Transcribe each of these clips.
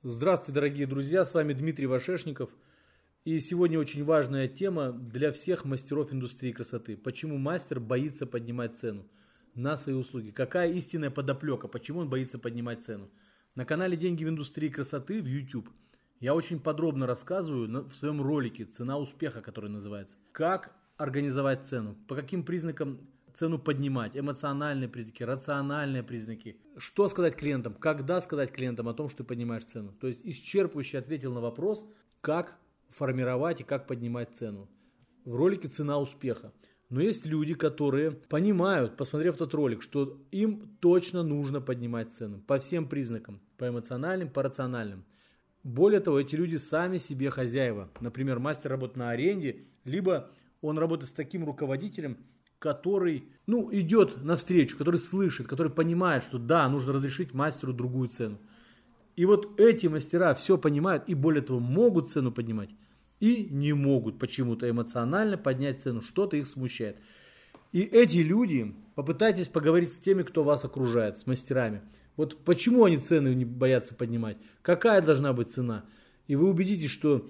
Здравствуйте, дорогие друзья, с вами Дмитрий Вашешников. И сегодня очень важная тема для всех мастеров индустрии красоты. Почему мастер боится поднимать цену на свои услуги? Какая истинная подоплека? Почему он боится поднимать цену? На канале «Деньги в индустрии красоты» в YouTube я очень подробно рассказываю в своем ролике «Цена успеха», который называется. Как организовать цену, по каким признакам цену поднимать, эмоциональные признаки, рациональные признаки. Что сказать клиентам, когда сказать клиентам о том, что ты поднимаешь цену. То есть исчерпывающе ответил на вопрос, как формировать и как поднимать цену. В ролике «Цена успеха». Но есть люди, которые понимают, посмотрев этот ролик, что им точно нужно поднимать цену по всем признакам, по эмоциональным, по рациональным. Более того, эти люди сами себе хозяева. Например, мастер работает на аренде, либо он работает с таким руководителем, который идет навстречу, который слышит, который понимает, что да, нужно разрешить мастеру другую цену. И вот эти мастера все понимают и более того могут цену поднимать и не могут почему-то эмоционально поднять цену, что-то их смущает. И эти люди, попытайтесь поговорить с теми, кто вас окружает, с мастерами. Вот почему они цены не боятся поднимать, какая должна быть цена. И вы убедитесь, что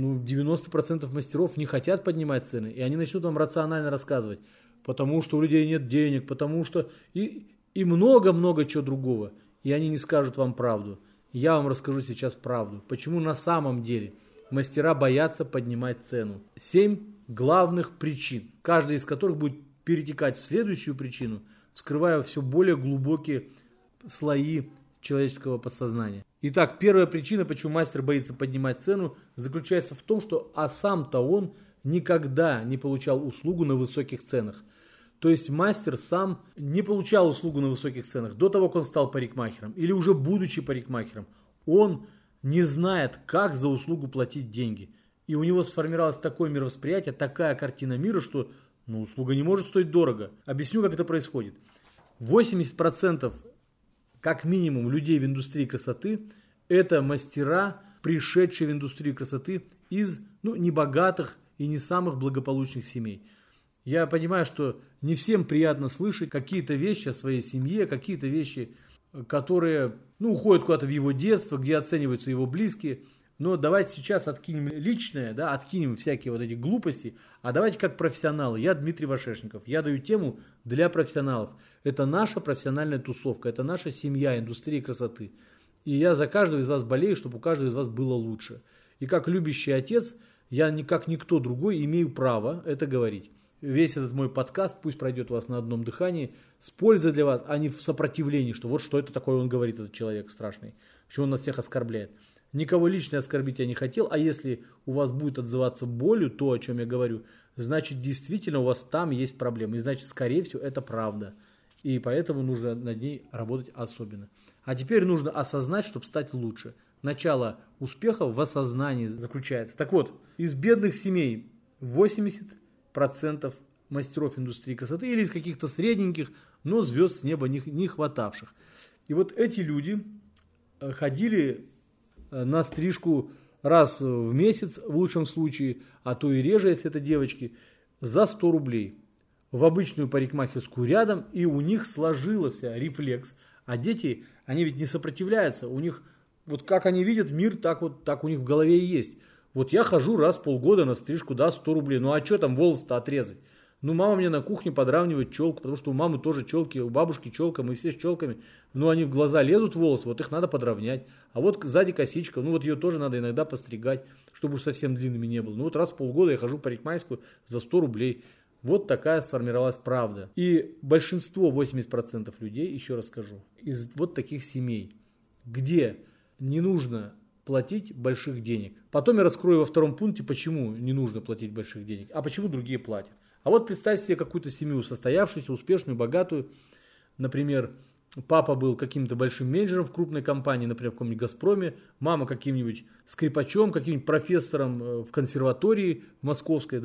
90% мастеров не хотят поднимать цены, и они начнут вам рационально рассказывать. Потому что у людей нет денег, потому что и много-много чего другого. И они не скажут вам правду. Я вам расскажу сейчас правду. Почему на самом деле мастера боятся поднимать цену. 7 главных причин, каждая из которых будет перетекать в следующую причину, вскрывая все более глубокие слои человеческого подсознания. Итак, первая причина, почему мастер боится поднимать цену, заключается в том, что сам-то он никогда не получал услугу на высоких ценах. То есть мастер сам не получал услугу на высоких ценах до того, как он стал парикмахером или уже будучи парикмахером. Он не знает, как за услугу платить деньги. И у него сформировалось такое мировосприятие, такая картина мира, что услуга не может стоить дорого. Объясню, как это происходит. 80% как минимум людей в индустрии красоты – это мастера, пришедшие в индустрию красоты из небогатых и не самых благополучных семей. Я понимаю, что не всем приятно слышать какие-то вещи о своей семье, какие-то вещи, которые уходят куда-то в его детство, где оцениваются его близкие. Но давайте сейчас откинем личное, откинем всякие вот эти глупости, а давайте как профессионалы. Я Дмитрий Вашешников, я даю тему для профессионалов. Это наша профессиональная тусовка, это наша семья, индустрии красоты. И я за каждого из вас болею, чтобы у каждого из вас было лучше. И как любящий отец, я как никто другой имею право это говорить. Весь этот мой подкаст пусть пройдет у вас на одном дыхании с пользой для вас, а не в сопротивлении, что вот что это такое он говорит, этот человек страшный, почему он нас всех оскорбляет. Никого лично оскорбить я не хотел, а если у вас будет отзываться болью то, о чем я говорю, значит действительно у вас там есть проблемы, и значит скорее всего это правда. И поэтому нужно над ней работать особенно. А теперь нужно осознать, чтобы стать лучше. Начало успеха в осознании заключается. Так вот, из бедных семей 80% мастеров индустрии красоты или из каких-то средненьких, но звезд с неба не хватавших. И вот эти люди ходили на стрижку раз в месяц в лучшем случае, а то и реже, если это девочки, за 100 рублей в обычную парикмахерскую рядом, и у них сложился рефлекс. А дети, они ведь не сопротивляются, у них, вот как они видят мир, так у них в голове и есть. Вот я хожу раз в полгода на стрижку, 100 рублей. А что там волосы-то отрезать? Мама мне на кухне подравнивает челку, потому что у мамы тоже челки, у бабушки челка, мы все с челками. Они в глаза лезут волосы, вот их надо подровнять. А вот сзади косичка, ее тоже надо иногда постригать, чтобы уж совсем длинными не было. Раз в полгода я хожу в парикмахерскую за 100 рублей. Вот такая сформировалась правда. И большинство, 80% людей, еще раз скажу, из вот таких семей, где не нужно платить больших денег. Потом я раскрою во втором пункте, почему не нужно платить больших денег, а почему другие платят. А вот представьте себе какую-то семью, состоявшуюся, успешную, богатую. Например, папа был каким-то большим менеджером в крупной компании, например, в каком-нибудь «Газпроме», мама каким-нибудь скрипачом, каким-нибудь профессором в консерватории московской,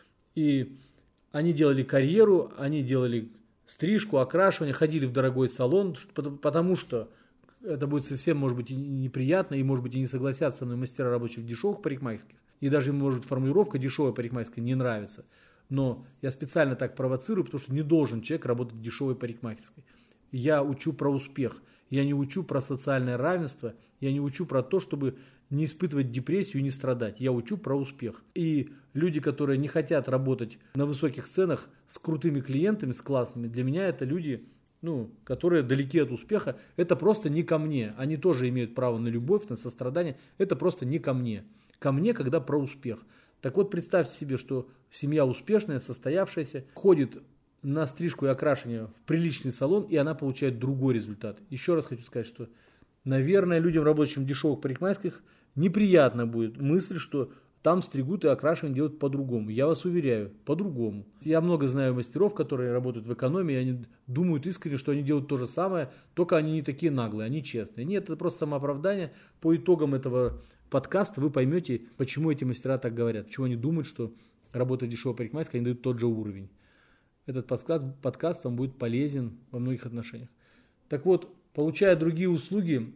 и они делали карьеру, они делали стрижку, окрашивание, ходили в дорогой салон, потому что это будет совсем, может быть, и неприятно, и, может быть, и не согласятся со мной мастера рабочих дешевых парикмахерских. И даже им, может, формулировка дешевая парикмахерская не нравится. Но я специально так провоцирую, потому что не должен человек работать в дешевой парикмахерской. Я учу про успех. я не учу про социальное равенство, я не учу про то, чтобы не испытывать депрессию и не страдать. Я учу про успех. И люди, которые не хотят работать на высоких ценах с крутыми клиентами, с классными, для меня это люди, которые далеки от успеха. Это просто не ко мне. Они тоже имеют право на любовь, на сострадание. Это просто не ко мне. Ко мне, когда про успех. Так вот, представьте себе, что семья успешная, состоявшаяся, ходит на стрижку и окрашивание в приличный салон, и она получает другой результат. Еще раз хочу сказать, что, наверное, людям, работающим в дешевых парикмахерских, неприятно будет мысль, что там стригут и окрашивание делают по-другому. Я вас уверяю, по-другому. Я много знаю мастеров, которые работают в экономии, они думают искренне, что они делают то же самое, только они не такие наглые, они честные. Нет, это просто самооправдание. По итогам этого подкаста вы поймете, почему эти мастера так говорят, почему они думают, что работая в дешевой парикмахерской, они дают тот же уровень. Этот подкаст вам будет полезен во многих отношениях. Так вот, получая другие услуги,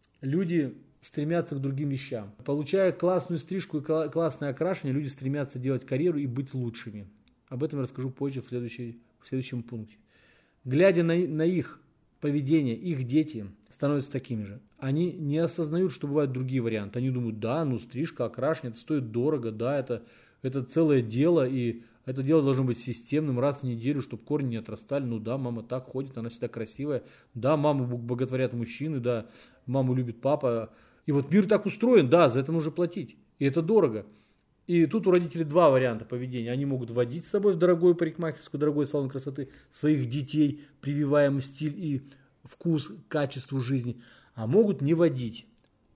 люди стремятся к другим вещам. Получая классную стрижку и классное окрашивание, люди стремятся делать карьеру и быть лучшими. Об этом я расскажу позже в следующем пункте. Глядя на их поведение, их дети становятся такими же. Они не осознают, что бывают другие варианты. Они думают, да, стрижка, окрашивание, это стоит дорого, да, это целое дело, и это дело должно быть системным, раз в неделю, чтобы корни не отрастали. Да, мама так ходит, она всегда красивая. Да, маму боготворят мужчины, да, маму любит папа. И вот мир так устроен, да, за это нужно платить. И это дорого. И тут у родителей два варианта поведения. Они могут водить с собой в дорогую парикмахерскую, дорогой салон красоты своих детей, прививая им стиль и вкус к качеству жизни. А могут не водить,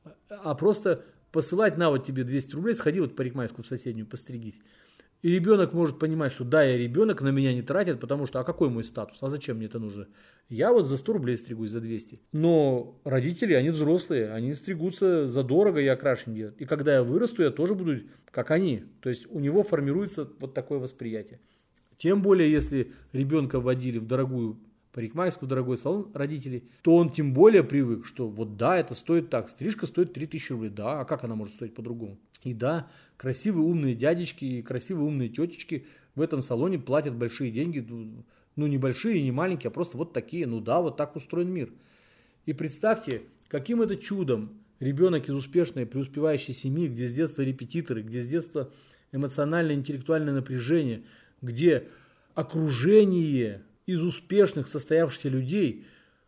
а просто посылать, на вот тебе 200 рублей, сходи вот в парикмахерскую в соседнюю, постригись. И ребенок может понимать, что да, я ребенок, на меня не тратят, потому что, а какой мой статус, а зачем мне это нужно? Я вот за 100 рублей стригусь, за 200. Но родители, они взрослые, они стригутся задорого и окрашивание делают. И когда я вырасту, я тоже буду как они. То есть у него формируется вот такое восприятие. Тем более, если ребенка вводили в дорогую парикмахерскую, в дорогой салон родителей, то он тем более привык, что вот да, это стоит так, стрижка стоит 3000 рублей, да, а как она может стоить по-другому? И да, красивые умные дядечки и красивые умные тетечки в этом салоне платят большие деньги, не большие, не маленькие, а просто вот такие, да, вот так устроен мир. И представьте, каким это чудом ребенок из успешной, преуспевающей семьи, где с детства репетиторы, где с детства эмоциональное, интеллектуальное напряжение, где окружение из успешных, состоявшихся людей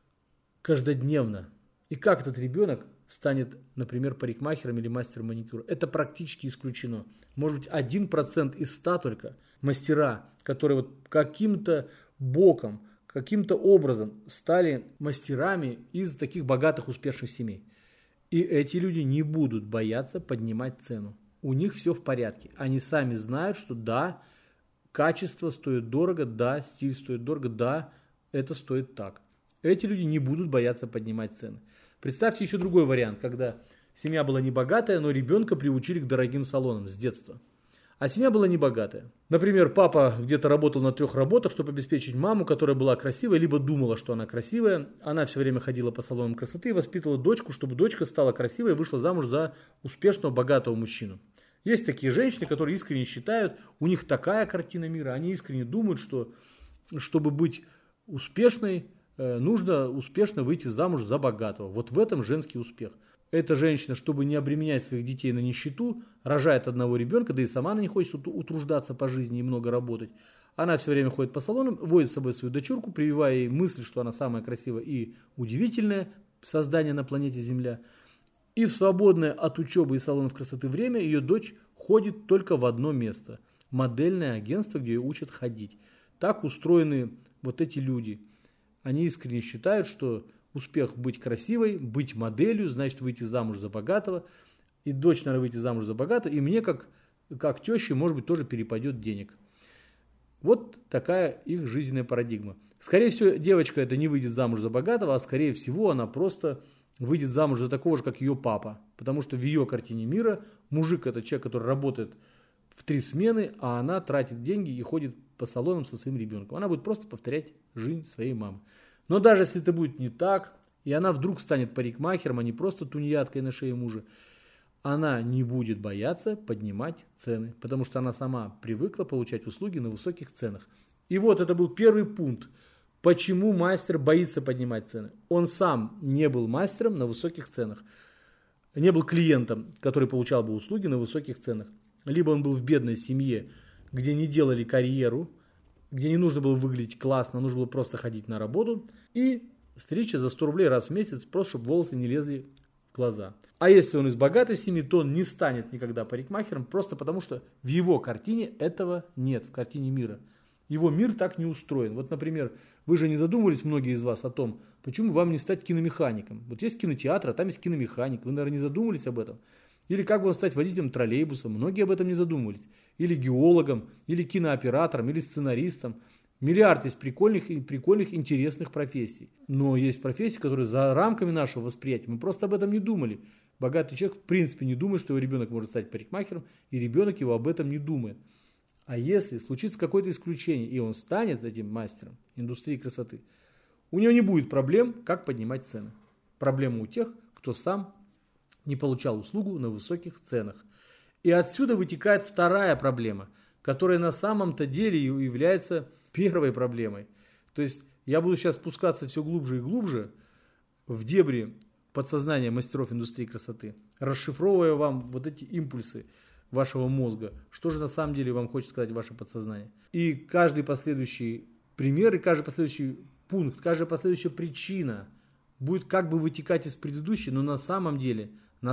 каждодневно. И как этот ребенок станет, например, парикмахером или мастером маникюра? Это практически исключено. Может быть, 1% из 100 только мастера, которые вот каким-то боком, каким-то образом стали мастерами из таких богатых, успешных семей. И эти люди не будут бояться поднимать цену. У них все в порядке. Они сами знают, что да, качество стоит дорого, да, стиль стоит дорого, да, это стоит так. Эти люди не будут бояться поднимать цены. Представьте еще другой вариант, когда семья была небогатая, но ребенка приучили к дорогим салонам с детства. А семья была небогатая. Например, папа где-то работал на 3 работах, чтобы обеспечить маму, которая была красивая, либо думала, что она красивая. Она все время ходила по салонам красоты и воспитывала дочку, чтобы дочка стала красивой и вышла замуж за успешного, богатого мужчину. Есть такие женщины, которые искренне считают, у них такая картина мира, они искренне думают, что чтобы быть успешной, нужно успешно выйти замуж за богатого. Вот в этом женский успех. Эта женщина, чтобы не обременять своих детей на нищету, рожает одного ребенка, да и сама она не хочет утруждаться по жизни и много работать. Она все время ходит по салонам, возит с собой свою дочурку, прививая ей мысль, что она самая красивая и удивительное создание на планете Земля. И в свободное от учебы и салонов красоты время ее дочь ходит только в одно место. Модельное агентство, где ее учат ходить. Так устроены вот эти люди. Они искренне считают, что успех быть красивой, быть моделью, значит выйти замуж за богатого. И дочь надо выйти замуж за богатого. И мне, как теще, может быть, тоже перепадет денег. Вот такая их жизненная парадигма. Скорее всего, девочка это не выйдет замуж за богатого, а скорее всего она просто выйдет замуж за такого же, как ее папа. Потому что в ее картине мира мужик это человек, который работает в 3 смены, а она тратит деньги и ходит по салонам со своим ребенком. Она будет просто повторять жизнь своей мамы. Но даже если это будет не так, и она вдруг станет парикмахером, а не просто тунеядкой на шее мужа, она не будет бояться поднимать цены, потому что она сама привыкла получать услуги на высоких ценах. И вот это был первый пункт. Почему мастер боится поднимать цены? Он сам не был мастером на высоких ценах. Не был клиентом, который получал бы услуги на высоких ценах. Либо он был в бедной семье, где не делали карьеру, где не нужно было выглядеть классно, нужно было просто ходить на работу и стричься за 100 рублей раз в месяц, просто чтобы волосы не лезли в глаза. А если он из богатой семьи, то он не станет никогда парикмахером, просто потому что в его картине этого нет, в картине мира. Его мир так не устроен. Вот, например, вы же не задумывались, многие из вас, о том, почему вам не стать киномехаником. Вот есть кинотеатр, а там есть киномеханик. Вы, наверное, не задумывались об этом. Или как бы стать водителем троллейбуса. Многие об этом не задумывались. Или геологом, или кинооператором, или сценаристом. Миллиард есть прикольных, интересных профессий. Но есть профессии, которые за рамками нашего восприятия. Мы просто об этом не думали. Богатый человек в принципе не думает, что его ребенок может стать парикмахером, и ребенок его об этом не думает. А если случится какое-то исключение, и он станет этим мастером индустрии красоты, у него не будет проблем, как поднимать цены. Проблема у тех, кто сам не получал услугу на высоких ценах. И отсюда вытекает вторая проблема, которая на самом-то деле является первой проблемой. То есть я буду сейчас спускаться все глубже и глубже в дебри подсознания мастеров индустрии красоты, расшифровывая вам вот эти импульсы вашего мозга, что же на самом деле вам хочет сказать ваше подсознание. И каждый последующий пример, и каждый последующий пункт, каждая последующая причина будет как бы вытекать из предыдущей, но на самом деле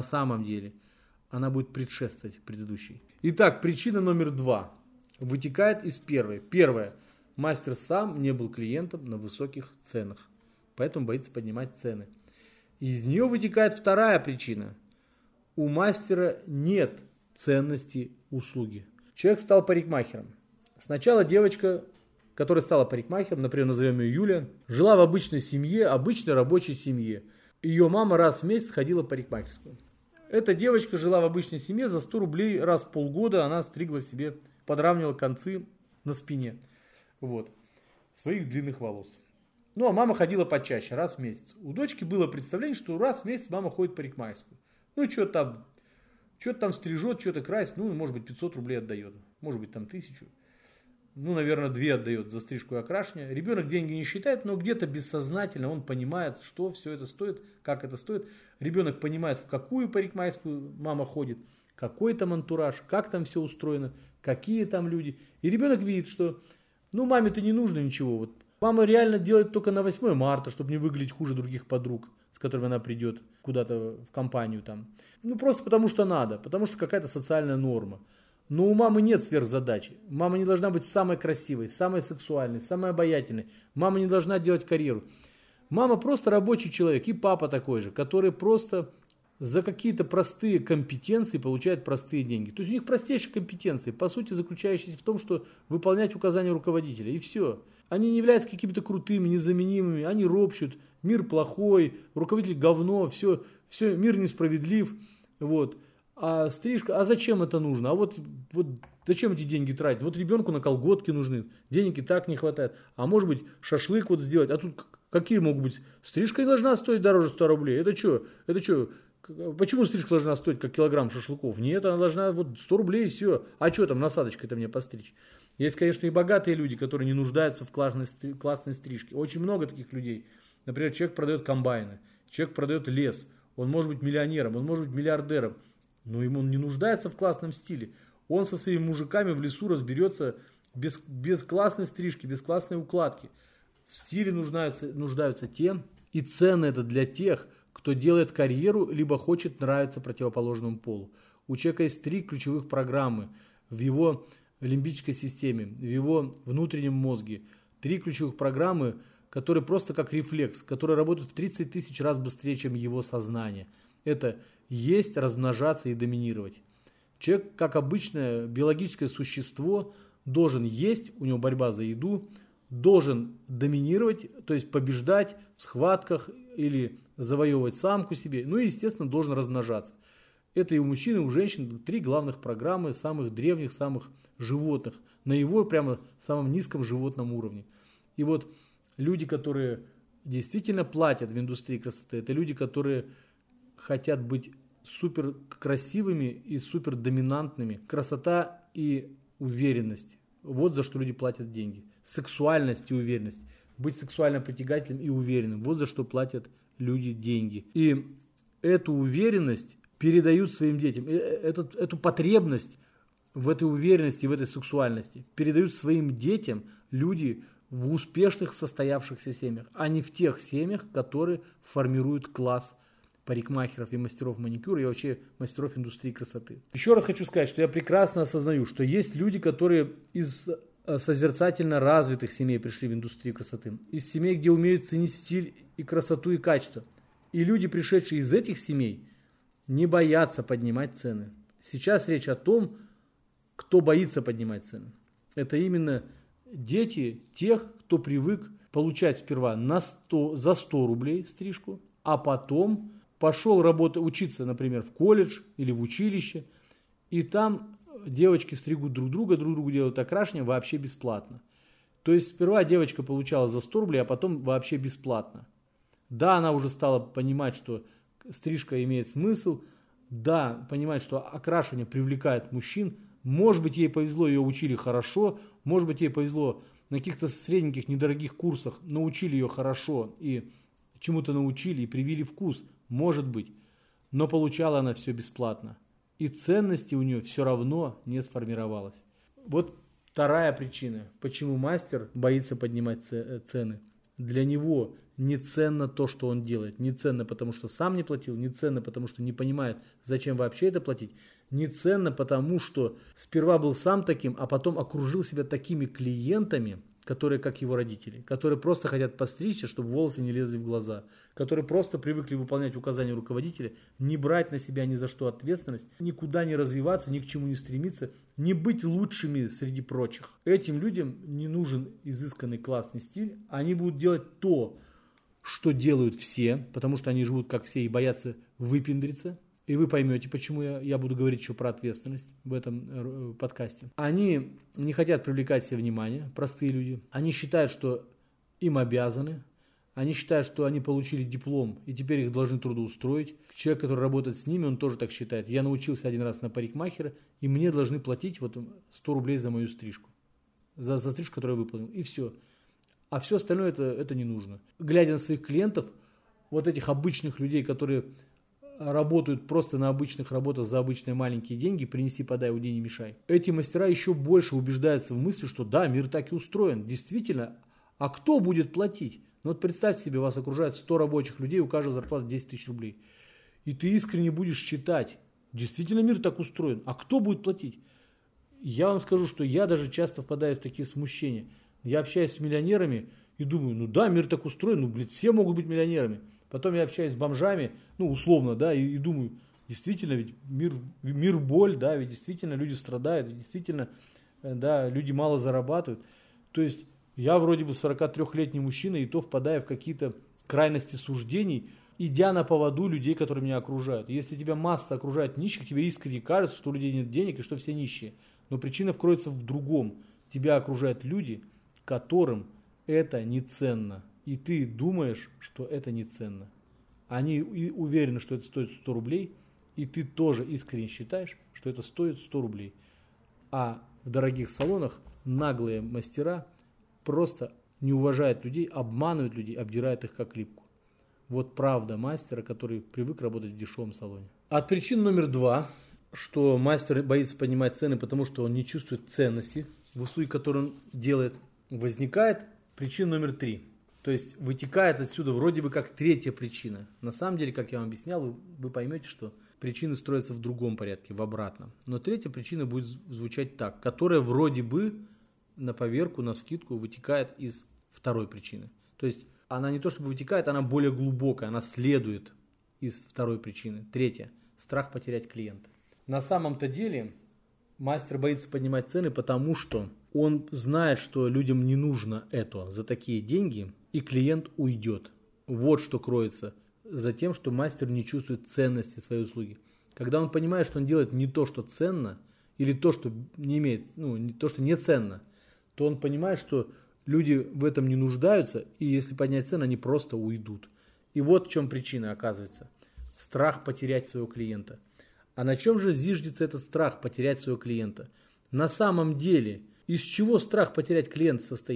она будет предшествовать предыдущей. Итак, причина номер 2 вытекает из первой. Первая. Мастер сам не был клиентом на высоких ценах, поэтому боится поднимать цены. Из нее вытекает вторая причина. У мастера нет ценности услуги. Человек стал парикмахером. Сначала девочка, которая стала парикмахером, например, назовем ее Юля, жила в обычной семье, обычной рабочей семье. Ее мама раз в месяц ходила в парикмахерскую. Эта девочка жила в обычной семье, за 100 рублей раз в полгода она стригла себе, подравнивала концы на спине своих длинных волос. Ну, а мама ходила почаще, раз в месяц. У дочки было представление, что раз в месяц мама ходит в парикмахерскую. Ну, что-то там стрижет, что-то красит, ну, может быть, 500 рублей отдает, может быть, там 1000. Ну, наверное, 2 отдает за стрижку и окрашивание. Ребенок деньги не считает, но где-то бессознательно он понимает, что все это стоит, как это стоит. Ребенок понимает, в какую парикмахерскую мама ходит, какой там антураж, как там все устроено, какие там люди. И ребенок видит, что, ну, маме-то не нужно ничего. Вот мама реально делает только на 8 марта, чтобы не выглядеть хуже других подруг, с которыми она придет куда-то в компанию там. Ну, просто потому что надо, потому что какая-то социальная норма. Но у мамы нет сверхзадачи. Мама не должна быть самой красивой, самой сексуальной, самой обаятельной. Мама не должна делать карьеру. Мама просто рабочий человек, и папа такой же, который просто за какие-то простые компетенции получает простые деньги. То есть у них простейшие компетенции, по сути заключающиеся в том, что выполнять указания руководителя, и все. Они не являются какими-то крутыми, незаменимыми, они ропщут, мир плохой, руководитель говно, все, мир несправедлив, вот. А стрижка, а зачем это нужно? А вот зачем эти деньги тратить? Вот ребенку на колготки нужны, денег и так не хватает. А может быть шашлык вот сделать, а тут какие могут быть? Стрижка не должна стоить дороже 100 рублей. Это что? Почему стрижка должна стоить как килограмм шашлыков? Нет, она должна 100 рублей и все. А что там насадочкой-то мне постричь? Есть, конечно, и богатые люди, которые не нуждаются в классной стрижке. Очень много таких людей. Например, человек продает комбайны, человек продает лес. Он может быть миллионером, он может быть миллиардером. Но ему он не нуждается в классном стиле. Он со своими мужиками в лесу разберется без классной стрижки, без классной укладки. В стиле нуждаются те, и ценно это для тех, кто делает карьеру, либо хочет нравиться противоположному полу. У человека есть 3 ключевых программы в его лимбической системе, в его внутреннем мозге. 3 ключевых программы, которые просто как рефлекс, которые работают в 30 тысяч раз быстрее, чем его сознание. Это есть, размножаться и доминировать. Человек, как обычное биологическое существо, должен есть, у него борьба за еду, должен доминировать, то есть побеждать в схватках или завоевывать самку себе, ну и, естественно, должен размножаться. Это и у мужчин, и у женщин 3 главных программы самых древних, самых животных, на его прямо самом низком животном уровне. И вот люди, которые действительно платят в индустрии красоты, это люди, которые хотят быть супер красивыми и супер доминантными. Красота и уверенность. Вот за что люди платят деньги. Сексуальность и уверенность. быть сексуально притягательным и уверенным. Вот за что платят люди деньги. И эту уверенность передают своим детям. Эту потребность в этой уверенности, в этой сексуальности передают своим детям люди в успешных состоявшихся семьях, а не в тех семьях, которые формируют класс парикмахеров и мастеров маникюра и вообще мастеров индустрии красоты. Еще раз хочу сказать, что я прекрасно осознаю, что есть люди, которые из созерцательно развитых семей пришли в индустрию красоты, из семей, где умеют ценить стиль и красоту и качество. И люди, пришедшие из этих семей, не боятся поднимать цены. Сейчас речь о том, кто боится поднимать цены. Это именно дети тех, кто привык получать сперва за 100 рублей стрижку, а потом пошел учиться, например, в колледж или в училище, и там девочки стригут друг другу делают окрашивание вообще бесплатно. То есть сперва девочка получала за 100 рублей, а потом вообще бесплатно. Да, она уже стала понимать, что стрижка имеет смысл, да, понимает, что окрашивание привлекает мужчин. Может быть, ей повезло, ее учили хорошо, может быть, ей повезло на каких-то средненьких, недорогих курсах научили ее хорошо и чему-то научили и привили вкус, может быть, но получала она все бесплатно. И ценности у нее все равно не сформировалось. Вот вторая причина, почему мастер боится поднимать цены. Для него не ценно то, что он делает. Не ценно, потому что сам не платил, не ценно, потому что не понимает, зачем вообще это платить. Не ценно, потому что сперва был сам таким, а потом окружил себя такими клиентами, которые как его родители, которые просто хотят постричься, чтобы волосы не лезли в глаза, которые просто привыкли выполнять указания руководителя, не брать на себя ни за что ответственность, никуда не развиваться, ни к чему не стремиться, не быть лучшими среди прочих. Этим людям не нужен изысканный классный стиль, они будут делать то, что делают все, потому что они живут как все и боятся выпендриться. И вы поймете, почему я буду говорить еще про ответственность в этом подкасте. Они не хотят привлекать себе внимание, простые люди. Они считают, что им обязаны. Они считают, что они получили диплом, и теперь их должны трудоустроить. Человек, который работает с ними, он тоже так считает. Я научился один раз на парикмахера, и мне должны платить 100 рублей за мою стрижку. За стрижку, которую я выполнил. И все. А все остальное это не нужно. Глядя на своих клиентов, вот этих обычных людей, которые работают просто на обычных работах за обычные маленькие деньги, принеси, подай, уйди, не мешай. Эти мастера еще больше убеждаются в мысли, что да, мир так и устроен. Действительно, а кто будет платить? Ну вот представьте себе, вас окружает 100 рабочих людей, у каждого зарплата 10 тысяч рублей. И ты искренне будешь считать, действительно мир так устроен, а кто будет платить? Я вам скажу, что я даже часто впадаю в такие смущения. Я общаюсь с миллионерами и думаю, ну да, мир так устроен, все могут быть миллионерами. Потом я общаюсь с бомжами, условно, да, и думаю, действительно, ведь мир боль, да, ведь действительно люди страдают, ведь действительно, да, люди мало зарабатывают. То есть я вроде бы 43-летний мужчина, и то впадаю в какие-то крайности суждений, идя на поводу людей, которые меня окружают. Если тебя масса окружает нищих, тебе искренне кажется, что у людей нет денег и что все нищие. Но причина кроется в другом. Тебя окружают люди, которым это не ценно. И ты думаешь, что это не ценно. Они уверены, что это стоит 100 рублей, и ты тоже искренне считаешь, что это стоит 100 рублей. А в дорогих салонах наглые мастера просто не уважают людей, обманывают людей, обдирают их как липку. Вот правда мастера, который привык работать в дешевом салоне. От причин номер 2, что мастер боится поднимать цены, потому что он не чувствует ценности в услуге, которую он делает, возникает причина номер 3. То есть вытекает отсюда вроде бы как третья причина. На самом деле, как я вам объяснял, вы поймете, что причины строятся в другом порядке, в обратном. Но третья причина будет звучать так, которая вроде бы на поверку, навскидку вытекает из второй причины. То есть она не то чтобы вытекает, она более глубокая, она следует из второй причины. Третья – страх потерять клиента. На самом-то деле мастер боится поднимать цены, потому что он знает, что людям не нужно это за такие деньги, и клиент уйдет. Вот что кроется за тем, что мастер не чувствует ценности своей услуги. Когда он понимает, что он делает не то, что ценно, или то, что не имеет, то, что не ценно, то он понимает, что люди в этом не нуждаются, и если поднять цены, они просто уйдут. И вот в чем причина оказывается. Страх потерять своего клиента. А на чем же зиждется этот страх потерять своего клиента? На самом деле, из чего страх потерять клиента состоит?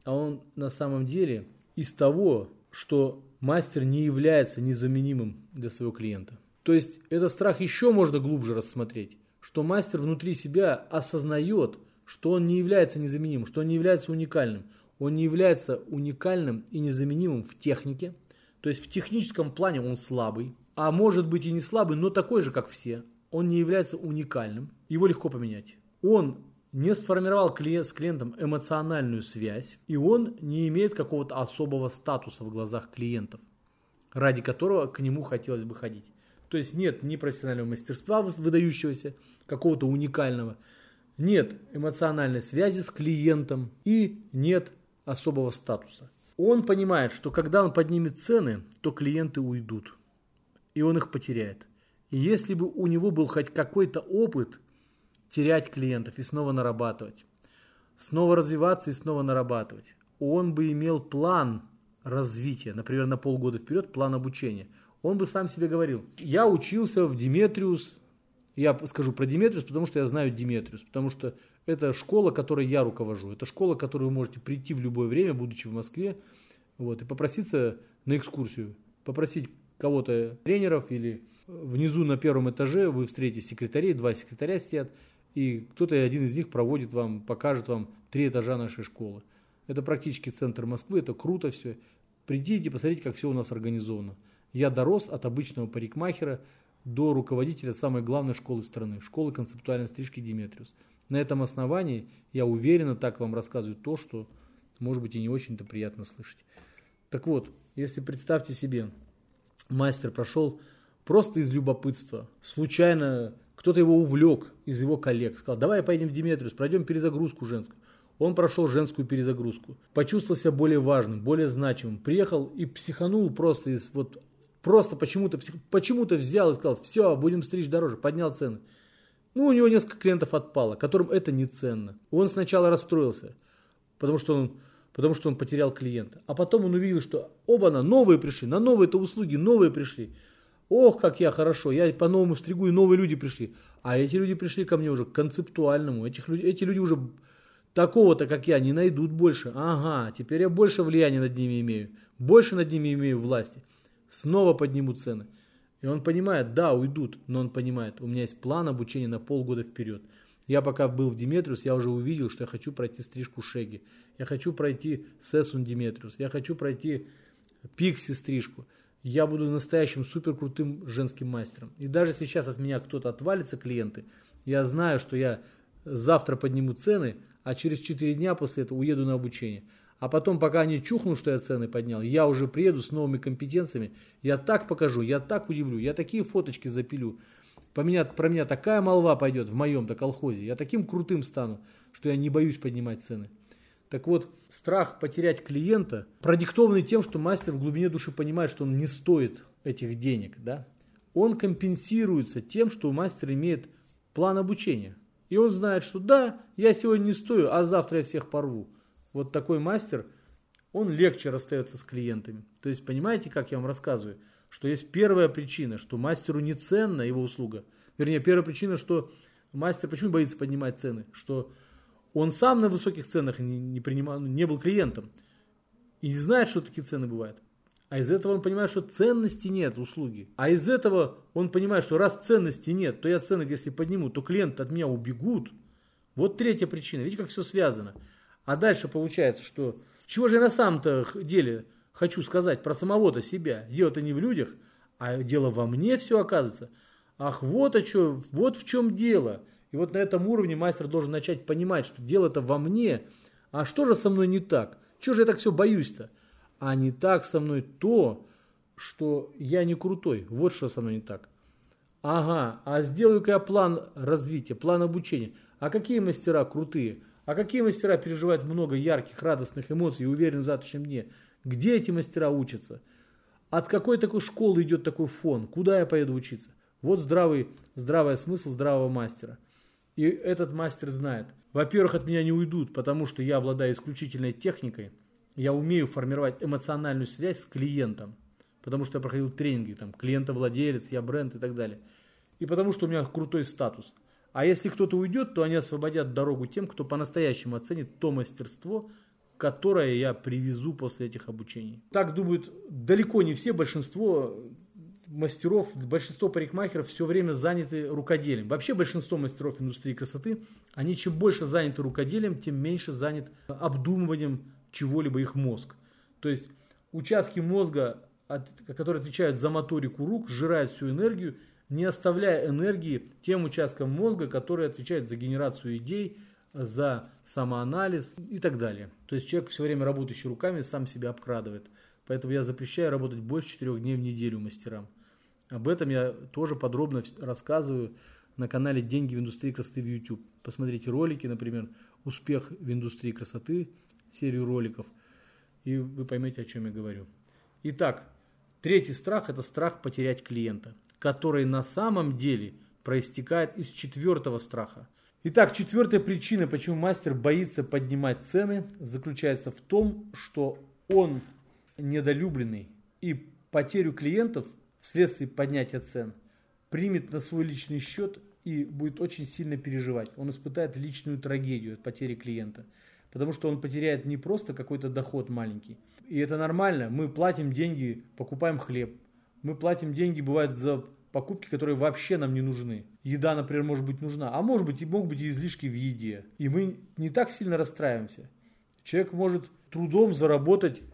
а он на самом деле из того, что мастер не является незаменимым для своего клиента. То есть этот страх еще можно глубже рассмотреть, что мастер внутри себя осознает, что он не является незаменимым, что он не является уникальным. Он не является уникальным и незаменимым в технике. То есть в техническом плане он слабый, а может быть и не слабый, но такой же, как все. Он не является уникальным, его легко поменять. Он не сформировал с клиентом эмоциональную связь, и он не имеет какого-то особого статуса в глазах клиентов, ради которого к нему хотелось бы ходить. То есть нет ни профессионального мастерства выдающегося, какого-то уникального, нет эмоциональной связи с клиентом и нет особого статуса. Он понимает, что когда он поднимет цены, то клиенты уйдут, и он их потеряет. И если бы у него был хоть какой-то опыт терять клиентов и снова нарабатывать, снова развиваться и снова нарабатывать, он бы имел план развития, например, на полгода вперед, план обучения. Он бы сам себе говорил: я учился в Demetrius, я скажу про Demetrius, потому что я знаю Demetrius, потому что это школа, которой я руковожу, это школа, в которую вы можете прийти в любое время, будучи в Москве, вот, и попроситься на экскурсию, попросить кого-то, тренеров, или внизу на первом этаже вы встретите секретарей, 2 секретаря сидят, и кто-то один из них проводит вам, покажет вам 3 этажа нашей школы. Это практически центр Москвы, это круто все. Придите, посмотрите, как все у нас организовано. Я дорос от обычного парикмахера до руководителя самой главной школы страны, школы концептуальной стрижки Demetrius. На этом основании я уверенно так вам рассказываю то, что, может быть, и не очень-то приятно слышать. Так вот, если представьте себе, мастер прошел просто из любопытства, случайно кто-то его увлек из его коллег, сказал: давай поедем в Demetrius, пройдем перезагрузку женскую. Он прошел женскую перезагрузку, почувствовал себя более важным, более значимым, приехал и психанул просто просто почему-то взял и сказал: все, будем стричь дороже, поднял цены. Ну, у него несколько клиентов отпало, которым это не ценно. Он сначала расстроился, потому что он потерял клиента. А потом он увидел, что оба-на, новые пришли, на новые-то услуги новые пришли. Ох, как я хорошо, я по-новому стригу, и новые люди пришли. А эти люди пришли ко мне уже к концептуальному. Эти люди уже такого-то, как я, не найдут больше. Ага, теперь я больше влияния над ними имею, больше над ними имею власти. Снова поднимут цены. И он понимает, да, уйдут, но он понимает, у меня есть план обучения на полгода вперед. Я пока был в Demetrius, я уже увидел, что я хочу пройти стрижку Шеги. Я хочу пройти Session Demetrius. Я хочу пройти Pixie стрижку. Я буду настоящим суперкрутым женским мастером. И даже сейчас от меня кто-то отвалится, клиенты, я знаю, что я завтра подниму цены, а через 4 дня после этого уеду на обучение. А потом, пока они чухнут, что я цены поднял, я уже приеду с новыми компетенциями. Я так покажу, я так удивлю, я такие фоточки запилю. Про меня такая молва пойдет в моем-то колхозе. Я таким крутым стану, что я не боюсь поднимать цены. Так вот, страх потерять клиента продиктованный тем, что мастер в глубине души понимает, что он не стоит этих денег. Да? Он компенсируется тем, что мастер имеет план обучения. И он знает, что да, я сегодня не стою, а завтра я всех порву. Вот такой мастер, он легче расстается с клиентами. То есть, понимаете, как я вам рассказываю, что есть первая причина, что мастеру не ценна его услуга. Вернее, первая причина, что мастер почему боится поднимать цены, что он сам на высоких ценах не был клиентом и не знает, что такие цены бывают. А из этого он понимает, что ценности нет в услуге. А из этого он понимает, что раз ценности нет, то я цены, если подниму, то клиенты от меня убегут. Вот третья причина. Видите, как все связано. А дальше получается, что чего же я на самом-то деле хочу сказать про самого-то себя. Дело-то не в людях, а дело во мне все оказывается. Ах, вот в чем дело. И вот на этом уровне мастер должен начать понимать, что дело-то во мне. А что же со мной не так? Чего же я так все боюсь-то? А не так со мной то, что я не крутой. Вот что со мной не так. Ага, а сделаю-ка я план развития, план обучения. А какие мастера крутые? А какие мастера переживают много ярких, радостных эмоций и уверены в завтрашнем дне? Где эти мастера учатся? От какой такой школы идет такой фон? Куда я поеду учиться? Вот здравый смысл здравого мастера. И этот мастер знает. Во-первых, от меня не уйдут, потому что я обладаю исключительной техникой. Я умею формировать эмоциональную связь с клиентом. Потому что я проходил тренинги, там, клиентовладелец, я бренд и так далее. И потому что у меня крутой статус. А если кто-то уйдет, то они освободят дорогу тем, кто по-настоящему оценит то мастерство, которое я привезу после этих обучений. Так думают далеко не все, большинство мастеров, большинство парикмахеров все время заняты рукоделием. Вообще большинство мастеров индустрии красоты, они чем больше заняты рукоделием, тем меньше занят обдумыванием чего-либо их мозг. То есть участки мозга, которые отвечают за моторику рук, сжирают всю энергию, не оставляя энергии тем участкам мозга, которые отвечают за генерацию идей, за самоанализ и так далее. То есть человек, все время работающий руками, сам себя обкрадывает. Поэтому я запрещаю работать больше 4 дней в неделю мастерам. Об этом я тоже подробно рассказываю на канале «Деньги в индустрии красоты» в YouTube. Посмотрите ролики, например, «Успех в индустрии красоты», серию роликов, и вы поймете, о чем я говорю. Итак, третий страх – это страх потерять клиента, который на самом деле проистекает из четвертого страха. Итак, четвертая причина, почему мастер боится поднимать цены, заключается в том, что он недолюбленный и потерю клиентов вследствие поднятия цен примет на свой личный счет и будет очень сильно переживать. Он испытает личную трагедию от потери клиента, потому что он потеряет не просто какой-то доход маленький. И это нормально. Мы платим деньги, покупаем хлеб. Мы платим деньги, бывает, за покупки, которые вообще нам не нужны. Еда, например, может быть нужна, а может быть и могут быть и излишки в еде. И мы не так сильно расстраиваемся. Человек может трудом заработать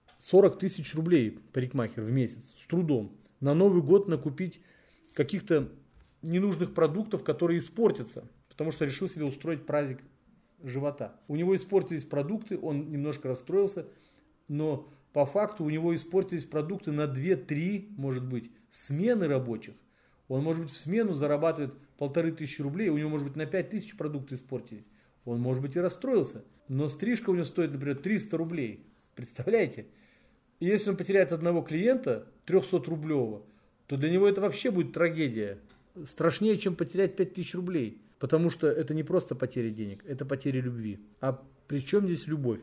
40 тысяч рублей, парикмахер, в месяц, с трудом. На Новый год накупить каких-то ненужных продуктов, которые испортятся, потому что решил себе устроить праздник живота. У него испортились продукты, он немножко расстроился, но по факту у него испортились продукты на 2-3, может быть, смены рабочих. Он, может быть, в смену зарабатывает 1500 рублей, у него, может быть, на 5000 продукты испортились. Он, может быть, и расстроился, но стрижка у него стоит, например, 300 рублей. Представляете? И если он потеряет одного клиента, 300-рублевого, то для него это вообще будет трагедия. Страшнее, чем потерять 5000 рублей. Потому что это не просто потеря денег, это потеря любви. А при чем здесь любовь?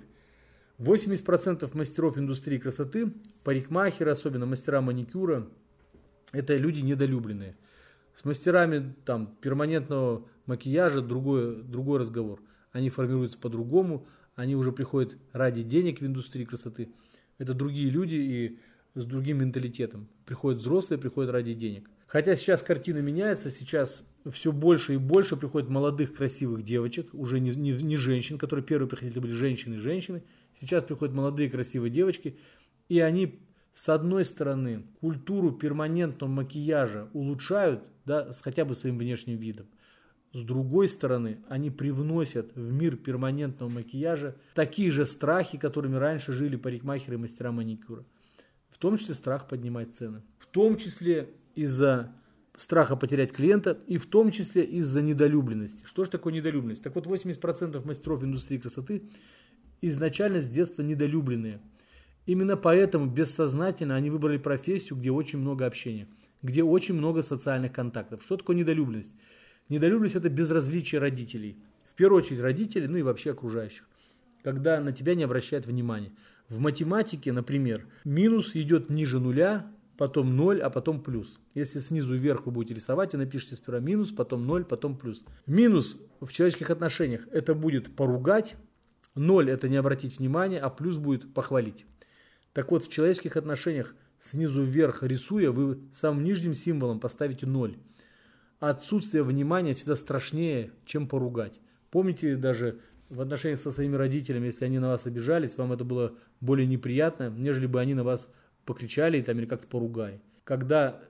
80% мастеров индустрии красоты, парикмахеры, особенно мастера маникюра, это люди недолюбленные. С мастерами там, перманентного макияжа другой разговор. Они формируются по-другому, они уже приходят ради денег в индустрии красоты. Это другие люди и с другим менталитетом. Приходят взрослые, приходят ради денег. Хотя сейчас картина меняется, сейчас все больше и больше приходит молодых красивых девочек, уже не женщин, которые первые приходили были женщины. Сейчас приходят молодые красивые девочки, и они, с одной стороны, культуру перманентного макияжа улучшают, да, хотя бы своим внешним видом. С другой стороны, они привносят в мир перманентного макияжа такие же страхи, которыми раньше жили парикмахеры и мастера маникюра. В том числе страх поднимать цены. В том числе из-за страха потерять клиента и в том числе из-за недолюбленности. Что же такое недолюбленность? Так вот, 80% мастеров индустрии красоты изначально с детства недолюбленные. Именно поэтому бессознательно они выбрали профессию, где очень много общения, где очень много социальных контактов. Что такое недолюбленность? Недолюбленность – это безразличие родителей. В первую очередь родителей, ну и вообще окружающих. Когда на тебя не обращают внимания. В математике, например, минус идет ниже нуля, потом 0, а потом плюс. Если снизу вверх вы будете рисовать, вы напишите сперва минус, потом 0, потом плюс. Минус в человеческих отношениях – это будет поругать, 0 – это не обратить внимания, а плюс будет похвалить. Так вот, в человеческих отношениях снизу вверх рисуя, вы самым нижним символом поставите 0. Отсутствие внимания всегда страшнее, чем поругать. Помните, даже в отношениях со своими родителями, если они на вас обижались, вам это было более неприятно, нежели бы они на вас покричали там, или как-то поругали. Когда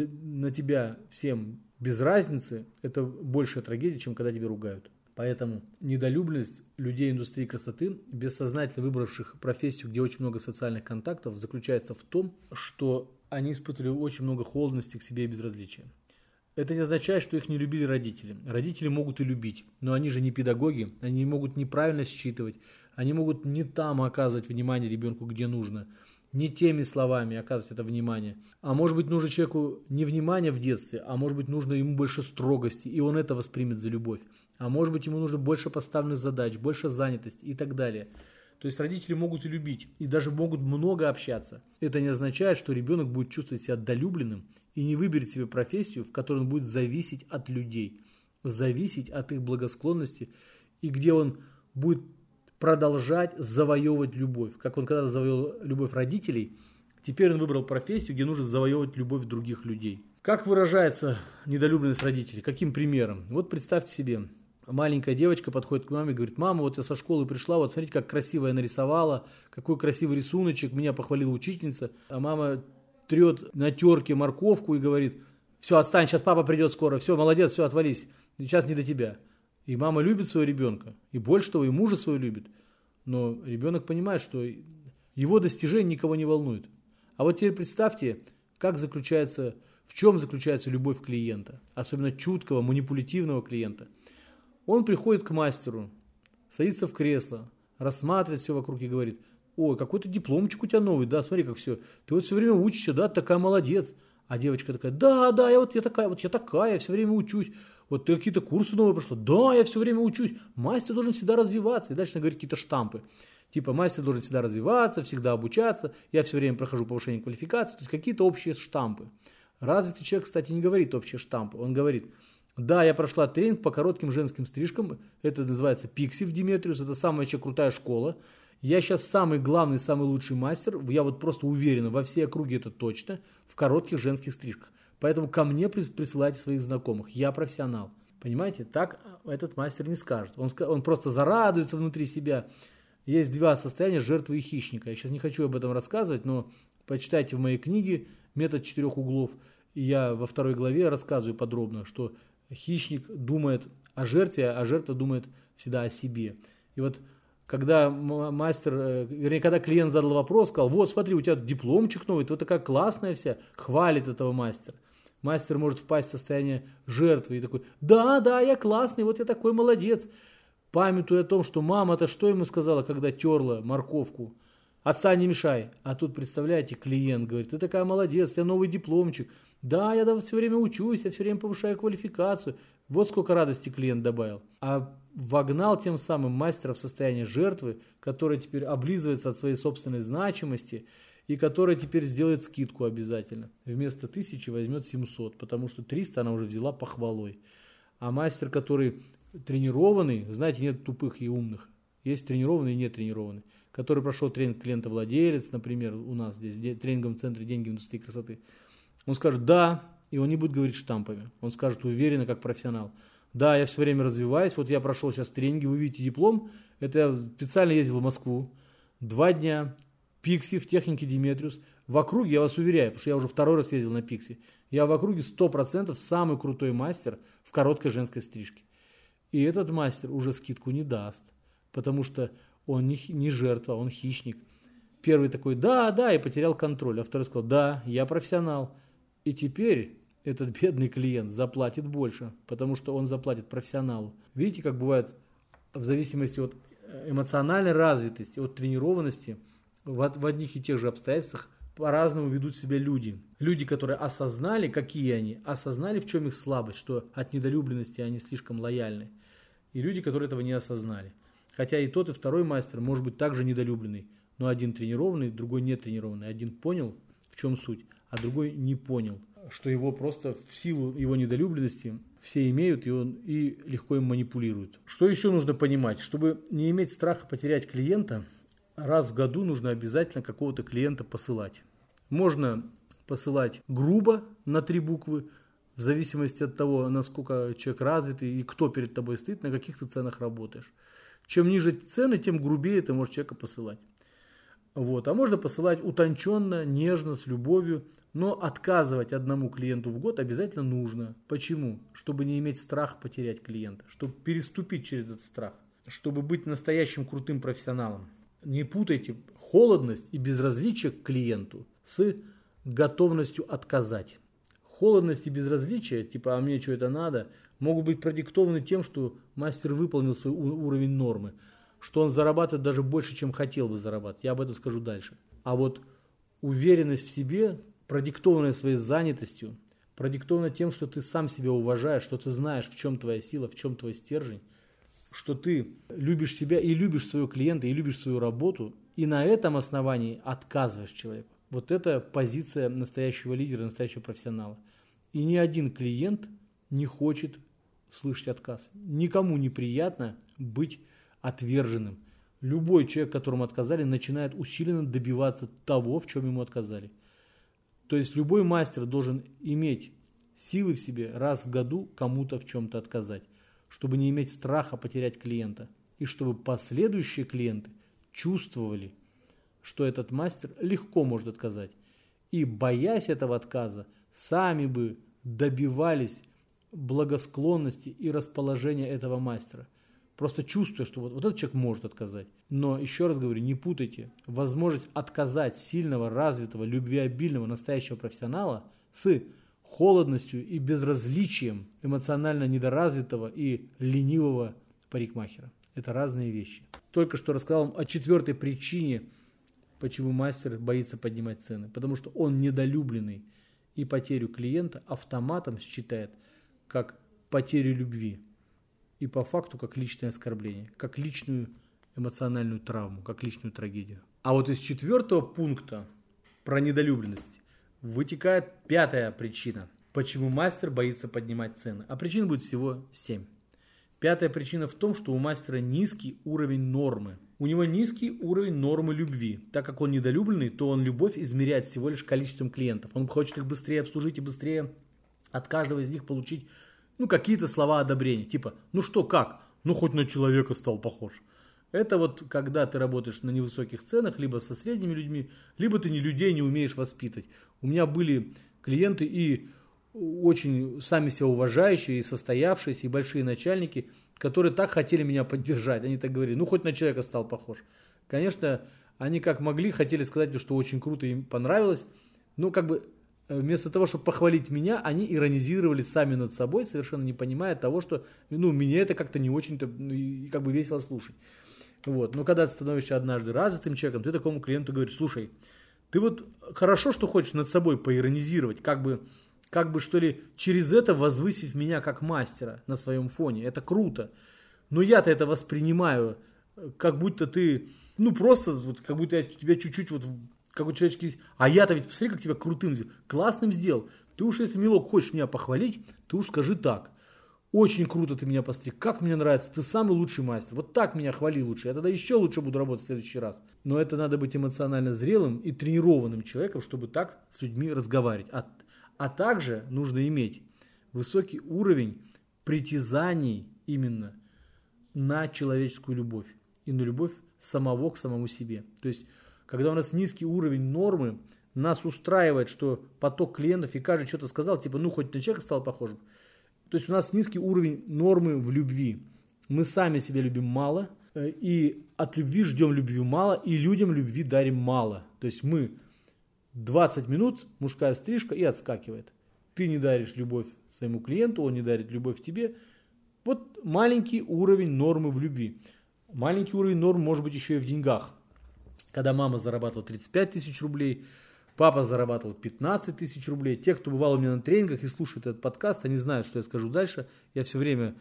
на тебя всем без разницы, это большая трагедия, чем когда тебя ругают. Поэтому недолюбленность людей индустрии красоты, бессознательно выбравших профессию, где очень много социальных контактов, заключается в том, что они испытывали очень много холодности к себе и безразличия. Это не означает, что их не любили родители. Родители могут и любить, но они же не педагоги, они могут неправильно считывать, они могут не там оказывать внимание ребенку, где нужно, не теми словами оказывать это внимание. А может быть, нужно человеку не внимание в детстве, а может быть, нужно ему больше строгости, и он это воспримет за любовь. А может быть, ему нужно больше поставленных задач, больше занятости и так далее. То есть родители могут и любить, и даже могут много общаться. Это не означает, что ребенок будет чувствовать себя долюбленным и не выберет себе профессию, в которой он будет зависеть от людей, зависеть от их благосклонности, и где он будет продолжать завоевывать любовь. Как он когда-то завоевал любовь родителей, теперь он выбрал профессию, где нужно завоевывать любовь других людей. Как выражается недолюбленность родителей? Каким примером? Вот представьте себе, маленькая девочка подходит к маме и говорит: мама, вот я со школы пришла, вот смотрите, как красиво я нарисовала, какой красивый рисуночек, меня похвалила учительница. А мама трет на терке морковку и говорит: все, отстань, сейчас папа придет скоро, все, молодец, все, отвались, сейчас не до тебя. И мама любит своего ребенка, и больше того, и мужа своего любит. Но ребенок понимает, что его достижения никого не волнуют. А вот теперь представьте, в чем заключается любовь клиента, особенно чуткого, манипулятивного клиента. Он приходит к мастеру, садится в кресло, рассматривает все вокруг и говорит: ой, какой-то дипломчик у тебя новый, да, смотри, как все. Ты вот все время учишься, да, ты такая молодец. А девочка такая: да, я такая, я все время учусь. Вот ты какие-то курсы новые прошла. Да, я все время учусь. Мастер должен всегда развиваться. И дальше она говорит какие-то штампы. Типа мастер должен всегда развиваться, всегда обучаться. Я все время прохожу повышение квалификации. То есть какие-то общие штампы. Развитый человек, кстати, не говорит общие штампы. Он говорит: да, я прошла тренинг по коротким женским стрижкам. Это называется Pixie в Demetrius. Это самая вообще крутая школа. Я сейчас самый главный, самый лучший мастер. Я вот просто уверен, во всей округе это точно, в коротких женских стрижках. Поэтому ко мне присылайте своих знакомых. Я профессионал. Понимаете? Так этот мастер не скажет. Он просто зарадуется внутри себя. Есть два состояния: жертвы и хищника. Я сейчас не хочу об этом рассказывать, но почитайте в моей книге «Метод 4 углов». И я во 2 главе рассказываю подробно, что хищник думает о жертве, а жертва думает всегда о себе. И вот когда когда клиент задал вопрос, сказал: вот смотри, у тебя дипломчик новый, ты вот такая классная вся, хвалит этого мастера. Мастер может впасть в состояние жертвы и такой: да, я классный, вот я такой молодец. Памятуя о том, что мама-то что ему сказала, когда терла морковку? Отстань, не мешай. А тут, представляете, клиент говорит: ты такая молодец, у тебя новый дипломчик. Да, я все время учусь, я все время повышаю квалификацию. Вот сколько радости клиент добавил. А вогнал тем самым мастера в состояние жертвы, которая теперь облизывается от своей собственной значимости и которая теперь сделает скидку обязательно. Вместо 1000 возьмет 700, потому что 300 она уже взяла похвалой. А мастер, который тренированный, знаете, нет тупых и умных. Есть тренированный и нетренированный, который прошел тренинг клиентовладелец, например, у нас здесь, в тренинговом центре «Деньги в индустрии красоты». Он скажет «да», и он не будет говорить штампами. Он скажет уверенно, как профессионал: да, я все время развиваюсь, вот я прошел сейчас тренинги, вы видите диплом. Это я специально ездил в Москву. 2 дня, Pixie в технике Demetrius. В округе, я вас уверяю, потому что я уже 2 раз ездил на Pixie, я в округе 100% самый крутой мастер в короткой женской стрижке. И этот мастер уже скидку не даст, потому что он не жертва, он хищник. Первый такой: да, и потерял контроль. А второй сказал: да, я профессионал. И теперь этот бедный клиент заплатит больше, потому что он заплатит профессионалу. Видите, как бывает в зависимости от эмоциональной развитости, от тренированности, в одних и тех же обстоятельствах по-разному ведут себя люди. Люди, которые осознали, какие они, осознали, в чем их слабость, что от недолюбленности они слишком лояльны. И люди, которые этого не осознали. Хотя и тот, и второй мастер может быть также недолюбленный, но один тренированный, другой не тренированный. Один понял, в чем суть, а другой не понял, что его просто в силу его недолюбленности все имеют, и легко им манипулируют. Что еще нужно понимать? Чтобы не иметь страха потерять клиента, раз в году нужно обязательно какого-то клиента посылать. Можно посылать грубо на 3 буквы, в зависимости от того, насколько человек развитый и кто перед тобой стоит, на каких ты ценах работаешь. Чем ниже цены, тем грубее ты можешь человека посылать. Вот. А можно посылать утонченно, нежно, с любовью, но отказывать одному клиенту в год обязательно нужно. Почему? Чтобы не иметь страх потерять клиента, чтобы переступить через этот страх, чтобы быть настоящим крутым профессионалом. Не путайте холодность и безразличие к клиенту с готовностью отказать. Холодность и безразличие, типа «а мне что это надо», могут быть продиктованы тем, что мастер выполнил свой уровень нормы, что он зарабатывает даже больше, чем хотел бы зарабатывать. Я об этом скажу дальше. А вот уверенность в себе, продиктованная своей занятостью, продиктована тем, что ты сам себя уважаешь, что ты знаешь, в чем твоя сила, в чем твой стержень, что ты любишь себя и любишь своего клиента, и любишь свою работу, и на этом основании отказываешь человеку. Вот это позиция настоящего лидера, настоящего профессионала. И ни один клиент не хочет слышать отказ. Никому неприятно быть отверженным. любой человек, которому отказали, начинает усиленно добиваться того, в чем ему отказали. То есть любой мастер должен иметь силы в себе раз в году кому-то в чем-то отказать, чтобы не иметь страха потерять клиента. И чтобы последующие клиенты чувствовали, что этот мастер легко может отказать. И, боясь этого отказа, сами бы добивались благосклонности и расположения этого мастера. Просто чувствуя, что вот этот человек может отказать. Но, еще раз говорю, не путайте возможность отказать сильного, развитого, любвеобильного, настоящего профессионала с холодностью и безразличием эмоционально недоразвитого и ленивого парикмахера. Это разные вещи. Только что рассказал вам о 4-й причине, почему мастер боится поднимать цены. Потому что он недолюбленный и потерю клиента автоматом считает как потерю любви. И по факту как личное оскорбление, как личную эмоциональную травму, как личную трагедию. А вот из 4-го пункта про недолюбленность вытекает 5-я причина, почему мастер боится поднимать цены. А причин будет всего 7. 5-я причина в том, что у мастера низкий уровень нормы. У него низкий уровень нормы любви. Так как он недолюбленный, то он любовь измеряет всего лишь количеством клиентов. Он хочет их быстрее обслужить и быстрее от каждого из них получить какие-то слова одобрения. Типа, ну что, как? Ну хоть на человека стал похож. Это вот когда ты работаешь на невысоких ценах, либо со средними людьми, либо ты людей не умеешь воспитывать. У меня были клиенты и очень сами себя уважающие, и состоявшиеся, и большие начальники, которые так хотели меня поддержать. Они так говорили, ну хоть на человека стал похож. Конечно, они как могли, хотели сказать, что очень круто, им понравилось. Но вместо того, чтобы похвалить меня, они иронизировали сами над собой, совершенно не понимая того, что мне это как-то не очень-то весело слушать. Вот. Но когда ты становишься однажды развитым человеком, ты такому клиенту говоришь, слушай, ты вот хорошо, что хочешь над собой поиронизировать, как бы что ли через это возвысив меня как мастера на своем фоне. Это круто. Но я-то это воспринимаю, как будто ты, просто как будто я тебя чуть-чуть какой человечек есть. А я-то ведь, посмотри, как тебя крутым сделал, классным сделал. Ты уж, если, милок, хочешь меня похвалить, ты уж скажи так. Очень круто ты меня постриг, как мне нравится, ты самый лучший мастер. Вот так меня хвали лучше, я тогда еще лучше буду работать в следующий раз. Но это надо быть эмоционально зрелым и тренированным человеком, чтобы так с людьми разговаривать. А также нужно иметь высокий уровень притязаний именно на человеческую любовь и на любовь самого к самому себе. То есть, когда у нас низкий уровень нормы, нас устраивает, что поток клиентов и каждый что-то сказал, типа, хоть на человека стал похожим. То есть у нас низкий уровень нормы в любви. Мы сами себя любим мало, и от любви ждем любви мало, и людям любви дарим мало. То есть мы 20 минут, мужская стрижка и отскакивает. Ты не даришь любовь своему клиенту, он не дарит любовь тебе. Вот маленький уровень нормы в любви. Маленький уровень нормы может быть еще и в деньгах. Когда мама зарабатывала 35 тысяч рублей, папа зарабатывал 15 тысяч рублей. Те, кто бывал у меня на тренингах и слушает этот подкаст, они знают, что я скажу дальше. Я все время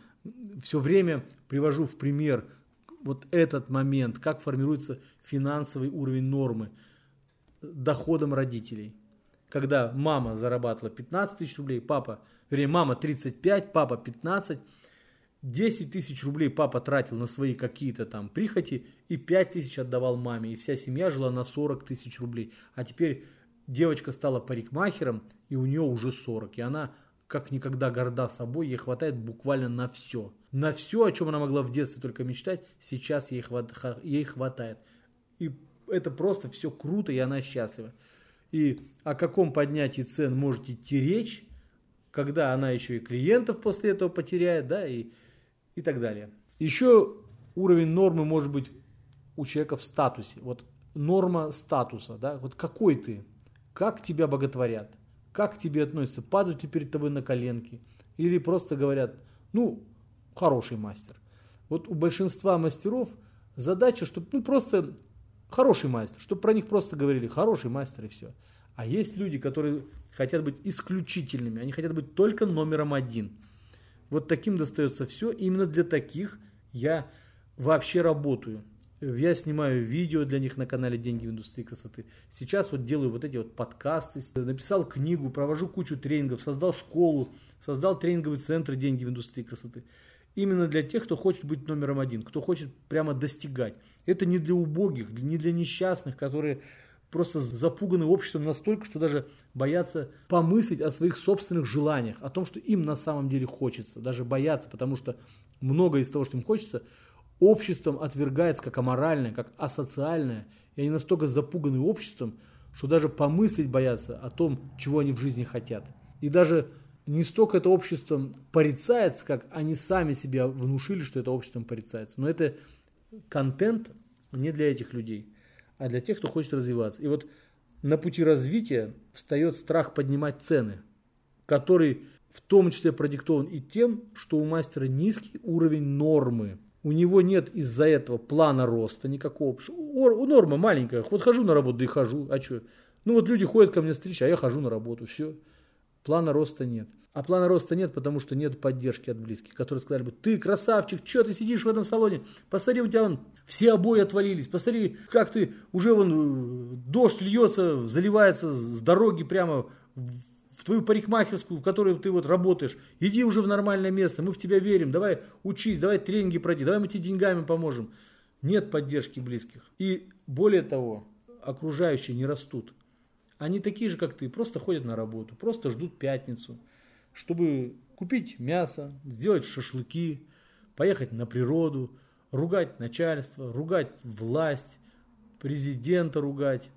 привожу в пример вот этот момент, как формируется финансовый уровень нормы доходом родителей. Когда мама зарабатывала 15 тысяч рублей, мама 35, папа 15, 10 тысяч рублей папа тратил на свои какие-то там прихоти и 5 тысяч отдавал маме. И вся семья жила на 40 тысяч рублей. А теперь девочка стала парикмахером, и у нее уже 40. И она как никогда горда собой, ей хватает буквально на все. На все, о чем она могла в детстве только мечтать, сейчас ей хватает. И это просто все круто, и она счастлива. И о каком поднятии цен может идти речь, когда она еще и клиентов после этого потеряет, да, и так далее. Еще уровень нормы может быть у человека в статусе. Вот норма статуса, да, вот какой ты, как тебя боготворят, как к тебе относятся, падают ли перед тобой на коленки, или просто говорят, хороший мастер. Вот у большинства мастеров задача, чтобы, просто хороший мастер, чтобы про них просто говорили, хороший мастер и все. А есть люди, которые хотят быть исключительными, они хотят быть только номером один. Вот таким достается все, именно для таких я вообще работаю. Я снимаю видео для них на канале «Деньги в индустрии красоты». Сейчас вот делаю вот эти вот подкасты, написал книгу, провожу кучу тренингов, создал школу, создал тренинговый центр «Деньги в индустрии красоты». Именно для тех, кто хочет быть номером один, кто хочет прямо достигать. Это не для убогих, не для несчастных, которые просто запуганы обществом настолько, что даже боятся помыслить о своих собственных желаниях, о том, что им на самом деле хочется. Даже боятся, потому что многое из того, что им хочется, обществом отвергается как аморальное, как асоциальное. И они настолько запуганы обществом, что даже помыслить боятся о том, чего они в жизни хотят. И даже не столько это обществом порицается, как они сами себя внушили, что это обществом порицается. Но это контент не для этих людей, а для тех, кто хочет развиваться. И вот на пути развития встает страх поднимать цены, который в том числе продиктован и тем, что у мастера низкий уровень нормы. У него нет из-за этого плана роста никакого. Норма маленькая. Вот хожу на работу, да и хожу. А что? Ну вот люди ходят ко мне встречать, а я хожу на работу. Все. Плана роста нет. А плана роста нет, потому что нет поддержки от близких, которые сказали бы: ты красавчик, что ты сидишь в этом салоне? Посмотри, у тебя вон все обои отвалились. Посмотри, как ты, уже вон дождь льется, заливается с дороги прямо в твою парикмахерскую, в которой ты вот работаешь. Иди уже в нормальное место, мы в тебя верим, давай учись, давай тренинги пройди, давай мы тебе деньгами поможем. Нет поддержки близких. И более того, окружающие не растут. Они такие же, как ты, просто ходят на работу, просто ждут пятницу, чтобы купить мясо, сделать шашлыки, поехать на природу, ругать начальство, ругать власть, президента ругать,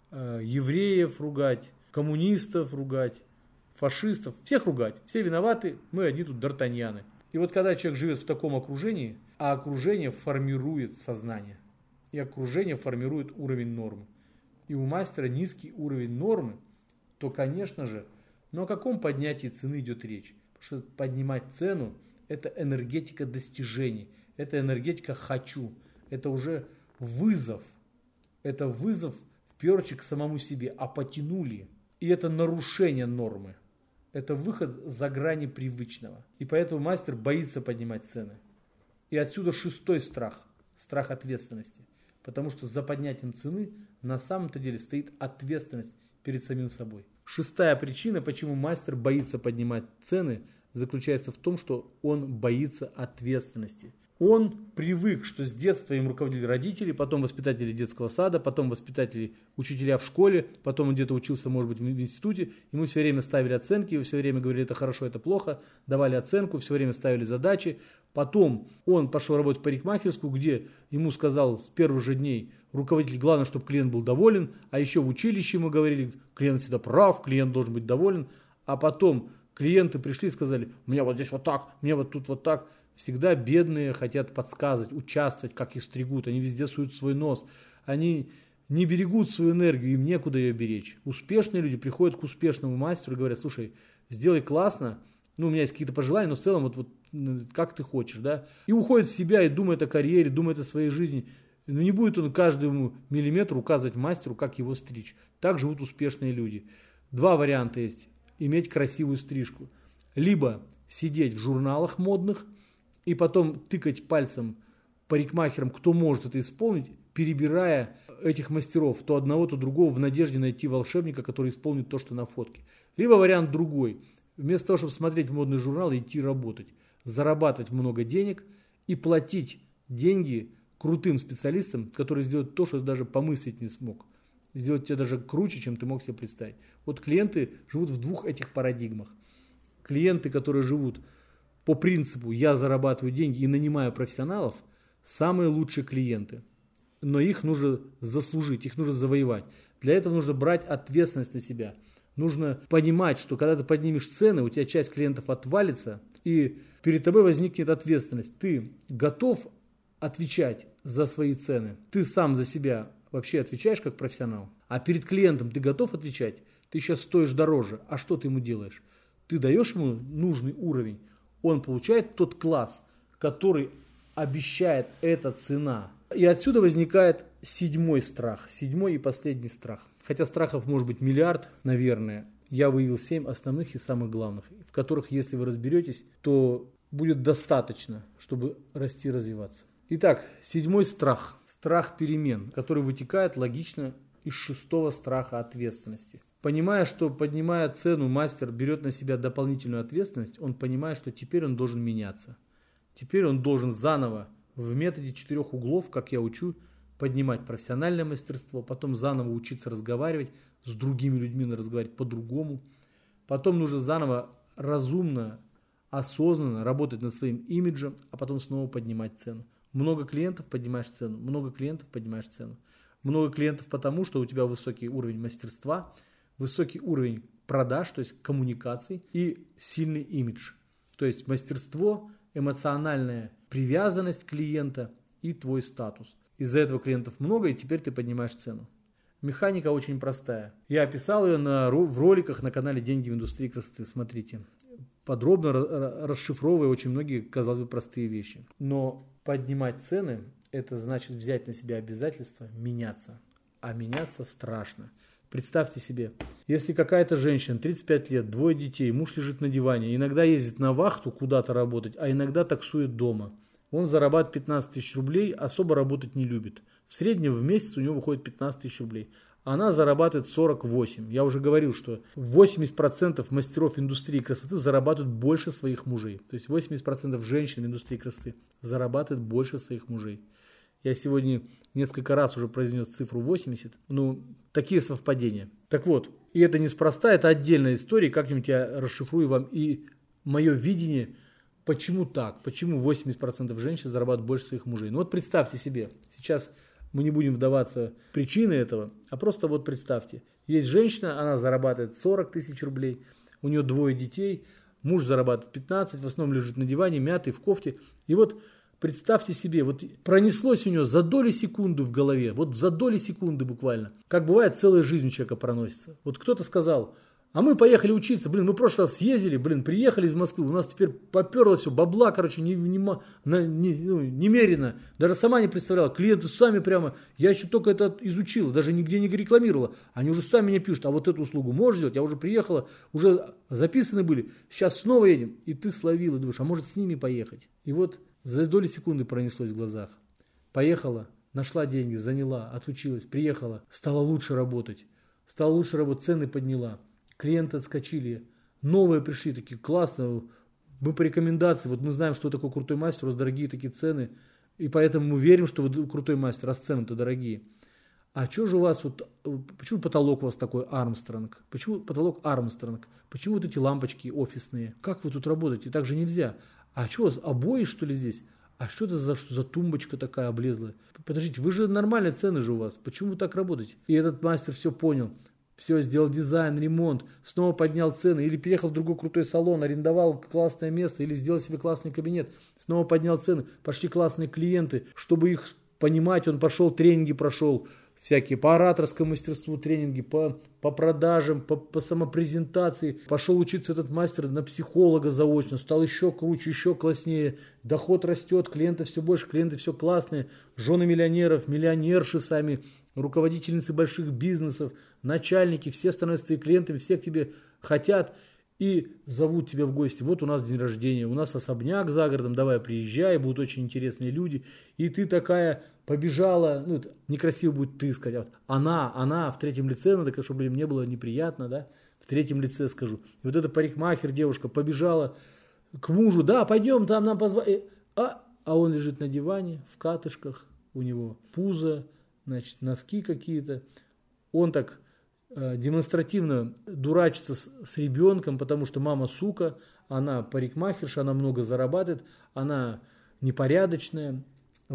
евреев ругать, коммунистов ругать, фашистов, всех ругать. Все виноваты, мы одни тут д'Артаньяны. И вот когда человек живет в таком окружении, а окружение формирует сознание, и окружение формирует уровень нормы, и у мастера низкий уровень нормы, то, конечно же, но о каком поднятии цены идет речь? Потому что поднимать цену – это энергетика достижений, это энергетика «хочу», это уже вызов. Это вызов, в первую очередь, к самому себе, а потянули. И это нарушение нормы. Это выход за грани привычного. И поэтому мастер боится поднимать цены. И отсюда шестой страх – страх ответственности. Потому что за поднятием цены на самом-то деле стоит ответственность перед самим собой. Шестая причина, почему мастер боится поднимать цены, заключается в том, что он боится ответственности. Он привык, что с детства им руководили родители, потом воспитатели детского сада, потом воспитатели, учителя в школе, потом он где-то учился, может быть, в институте. Ему все время ставили оценки, все время говорили: это хорошо, это плохо, давали оценку, все время ставили задачи. Потом он пошел работать в парикмахерскую, где ему сказал с первых же дней руководитель: главное, чтобы клиент был доволен. А еще в училище ему говорили: клиент всегда прав, клиент должен быть доволен. А потом клиенты пришли и сказали: у меня вот здесь вот так, у меня вот тут вот так. Всегда бедные хотят подсказывать, участвовать, как их стригут. Они везде суют свой нос. Они не берегут свою энергию, им некуда ее беречь. Успешные люди приходят к успешному мастеру и говорят: слушай, сделай классно, ну, у меня есть какие-то пожелания, но в целом вот как ты хочешь, да. И уходит в себя и думает о карьере, думает о своей жизни. Но не будет он каждому миллиметру указывать мастеру, как его стричь. Так живут успешные люди. Два варианта есть. Иметь красивую стрижку. Либо сидеть в журналах модных и потом тыкать пальцем парикмахерам, кто может это исполнить, перебирая этих мастеров, то одного, то другого, в надежде найти волшебника, который исполнит то, что на фотке. Либо вариант другой. Вместо того, чтобы смотреть в модный журнал, идти работать, зарабатывать много денег и платить деньги крутым специалистам, которые сделают то, что ты даже помыслить не смог. Сделать тебя даже круче, чем ты мог себе представить. Вот клиенты живут в двух этих парадигмах. Клиенты, которые живут по принципу «я зарабатываю деньги и нанимаю профессионалов», самые лучшие клиенты. Но их нужно заслужить, их нужно завоевать. Для этого нужно брать ответственность на себя. Нужно понимать, что когда ты поднимешь цены, у тебя часть клиентов отвалится, и перед тобой возникнет ответственность. Ты готов отвечать за свои цены? Ты сам за себя вообще отвечаешь как профессионал? А перед клиентом ты готов отвечать? Ты сейчас стоишь дороже, а что ты ему делаешь? Ты даешь ему нужный уровень, он получает тот класс, который обещает эта цена. И отсюда возникает седьмой страх, седьмой и последний страх. Хотя страхов может быть миллиард, наверное. Я выявил 7 основных и самых главных, в которых, если вы разберетесь, то будет достаточно, чтобы расти и развиваться. Итак, 7-й страх. Страх перемен, который вытекает логично из 6-го страха ответственности. Понимая, что поднимая цену, мастер берет на себя дополнительную ответственность, он понимает, что теперь он должен меняться. Теперь он должен заново в методе 4 углов, как я учу, поднимать профессиональное мастерство, потом заново учиться разговаривать с другими людьми, разговаривать по-другому. Потом нужно заново разумно, осознанно работать над своим имиджем, а потом снова поднимать цену. Много клиентов — поднимаешь цену, много клиентов — поднимаешь цену. Много клиентов потому, что у тебя высокий уровень мастерства, высокий уровень продаж, то есть коммуникаций и сильный имидж. То есть мастерство, эмоциональная привязанность клиента и твой статус. Из-за этого клиентов много, и теперь ты поднимаешь цену. Механика очень простая. Я описал ее в роликах на канале «Деньги в индустрии красоты». Смотрите, подробно расшифровывая очень многие, казалось бы, простые вещи. Но поднимать цены – это значит взять на себя обязательство меняться. А меняться страшно. Представьте себе, если какая-то женщина, 35 лет, 2 детей, муж лежит на диване, иногда ездит на вахту куда-то работать, а иногда таксует дома. Он зарабатывает 15 тысяч рублей, особо работать не любит. В среднем в месяц у него выходит 15 тысяч рублей. Она зарабатывает 48. Я уже говорил, что 80% мастеров индустрии красоты зарабатывают больше своих мужей. То есть 80% женщин в индустрии красоты зарабатывают больше своих мужей. Я сегодня несколько раз уже произнес цифру 80. Такие совпадения. Так вот, и это неспроста, это отдельная история. Как-нибудь я расшифрую вам и мое видение. Почему так? Почему 80% женщин зарабатывают больше своих мужей? Представьте себе, сейчас мы не будем вдаваться в причины этого, а просто представьте. Есть женщина, она зарабатывает 40 тысяч рублей, у нее 2 детей, муж зарабатывает 15, в основном лежит на диване, мятый, в кофте. И представьте себе, пронеслось у нее за доли секунды в голове, за доли секунды буквально. Как бывает, целая жизнь у человека проносится. Кто-то сказал: а мы поехали учиться, мы в прошлый раз съездили, приехали из Москвы, у нас теперь поперло все, бабла, немерено. Даже сама не представляла, клиенты сами прямо, я еще только это изучила, даже нигде не рекламировала. Они уже сами мне пишут: а эту услугу можешь сделать? Я уже приехала, уже записаны были, сейчас снова едем. И ты словила, думаешь, а может с ними поехать? И за доли секунды пронеслось в глазах. Поехала, нашла деньги, заняла, отучилась, приехала, стала лучше работать, цены подняла. Клиенты отскочили, новые пришли, такие классные, мы по рекомендации, мы знаем, что такое крутой мастер, у вас дорогие такие цены, и поэтому мы верим, что вы крутой мастер, раз цены-то дорогие. А что же у вас, почему потолок у вас такой Армстронг? Почему потолок Армстронг? Почему эти лампочки офисные? Как вы тут работаете? Так же нельзя. А что у вас, обои что ли здесь? А что это за тумбочка такая облезлая? Подождите, вы же нормальные цены же у вас, почему вы так работаете? И этот мастер все понял. Все, сделал дизайн, ремонт, снова поднял цены, или переехал в другой крутой салон, арендовал классное место, или сделал себе классный кабинет, снова поднял цены, пошли классные клиенты, чтобы их понимать, он пошел, тренинги прошел, всякие по ораторскому мастерству тренинги, по продажам, по самопрезентации, пошел учиться этот мастер на психолога заочно, стал еще круче, еще класснее, доход растет, клиентов все больше, клиенты все классные, жены миллионеров, миллионерши сами, руководительницы больших бизнесов, начальники, все становятся твоими клиентами, все к тебе хотят и зовут тебя в гости. У нас день рождения, у нас особняк за городом, давай приезжай, будут очень интересные люди. И ты такая побежала, некрасиво будет ты сказать, она в третьем лице, надо, чтобы мне было неприятно, да, в третьем лице скажу. И эта парикмахер девушка побежала к мужу, да, пойдем, там нам позвали. А он лежит на диване, в катышках, у него пузо, носки какие-то. Он так демонстративно дурачится с ребенком, потому что мама сука, она парикмахерша, она много зарабатывает, она непорядочная,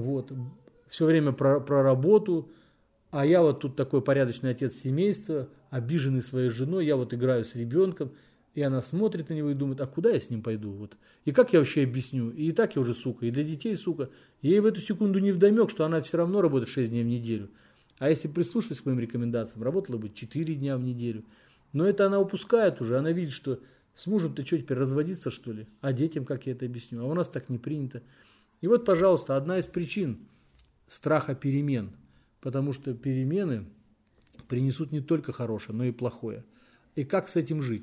все время про работу, а я тут такой порядочный отец семейства, обиженный своей женой, я играю с ребенком, и она смотрит на него и думает, а куда я с ним пойду? И как я вообще объясню? И так я уже сука, и для детей сука. Ей в эту секунду не вдомек, что она все равно работает 6 дней в неделю. А если прислушаться к моим рекомендациям, работала бы 4 дня в неделю. Но это она упускает уже, она видит, что с мужем-то что теперь, разводиться что ли? А детям как я это объясню? А у нас так не принято. И пожалуйста, одна из причин страха перемен. Потому что перемены принесут не только хорошее, но и плохое. И как с этим жить?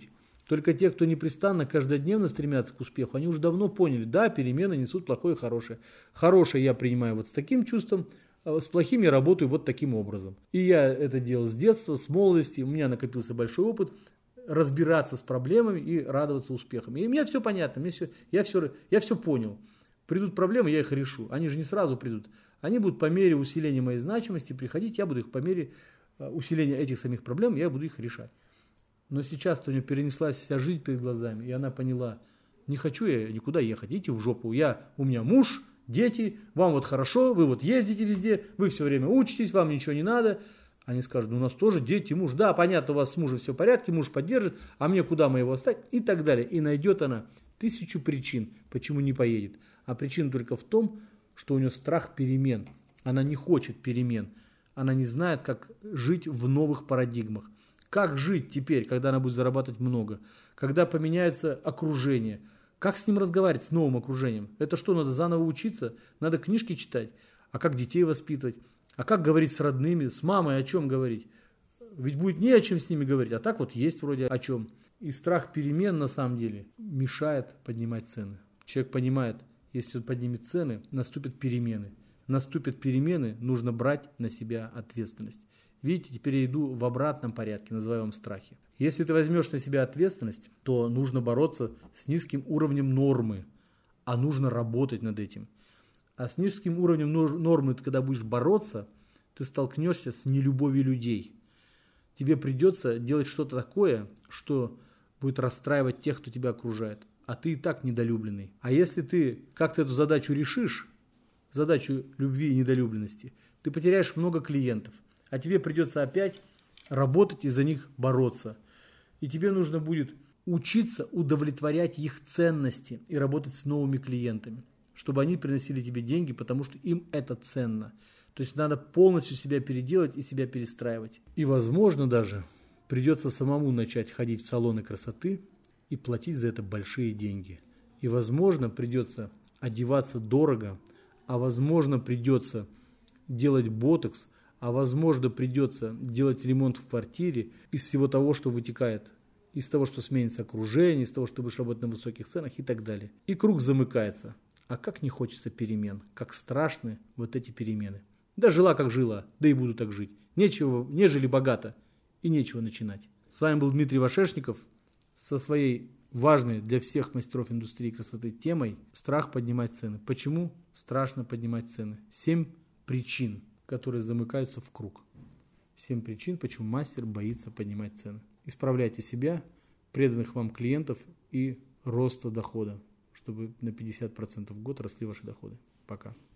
Только те, кто непрестанно, каждодневно стремятся к успеху, они уже давно поняли, да, перемены несут плохое и хорошее. Хорошее я принимаю вот с таким чувством, а с плохим я работаю вот таким образом. И я это делал с детства, с молодости, у меня накопился большой опыт разбираться с проблемами и радоваться успехам. И мне все понятно, я все понял. Придут проблемы, я их решу. Они же не сразу придут. Они будут по мере усиления моей значимости приходить, я буду их по мере усиления этих самих проблем, я буду их решать. Но сейчас-то у нее перенеслась вся жизнь перед глазами, и она поняла, не хочу я никуда ехать, идите в жопу. У меня муж, дети, вам вот хорошо, вы вот ездите везде, вы все время учитесь, вам ничего не надо. Они скажут, у нас тоже дети, муж. Да, понятно, у вас с мужем все в порядке, муж поддержит, а мне куда мы его оставить? И так далее. И найдет она 1000 причин, почему не поедет. А причина только в том, что у нее страх перемен. Она не хочет перемен. Она не знает, как жить в новых парадигмах. Как жить теперь, когда она будет зарабатывать много? Когда поменяется окружение? Как с ним разговаривать, с новым окружением? Это что, надо заново учиться? Надо книжки читать? А как детей воспитывать? А как говорить с родными, с мамой, о чем говорить? Ведь будет не о чем с ними говорить, а так вот есть вроде о чем. И страх перемен на самом деле мешает поднимать цены. Человек понимает, если он поднимет цены, наступят перемены. Наступят перемены, нужно брать на себя ответственность. Видите, теперь я иду в обратном порядке, называемом страхе. Если ты возьмешь на себя ответственность, то нужно бороться с низким уровнем нормы, а нужно работать над этим. А с низким уровнем нормы, когда будешь бороться, ты столкнешься с нелюбовью людей. Тебе придется делать что-то такое, что будет расстраивать тех, кто тебя окружает. А ты и так недолюбленный. А если ты как-то эту задачу решишь, задачу любви и недолюбленности, ты потеряешь много клиентов. А тебе придется опять работать и за них бороться. И тебе нужно будет учиться удовлетворять их ценности и работать с новыми клиентами, чтобы они приносили тебе деньги, потому что им это ценно. То есть надо полностью себя переделать и себя перестраивать. И, возможно, даже придется самому начать ходить в салоны красоты и платить за это большие деньги. И, возможно, придется одеваться дорого, а возможно, придется делать ботокс, а возможно, придется делать ремонт в квартире из всего того, что вытекает, из того, что сменится окружение, из того, что будешь работать на высоких ценах и так далее. И круг замыкается. А как не хочется перемен, как страшны вот эти перемены. Да жила как жила, да и буду так жить. Нежели богато и нечего начинать. С вами был Дмитрий Вашешников со своей важной для всех мастеров индустрии красоты темой «Страх поднимать цены». Почему страшно поднимать цены? 7 причин, которые замыкаются в круг. 7 причин, почему мастер боится поднимать цены. Исправляйте себя, преданных вам клиентов и роста дохода, чтобы на 50% в год росли ваши доходы. Пока.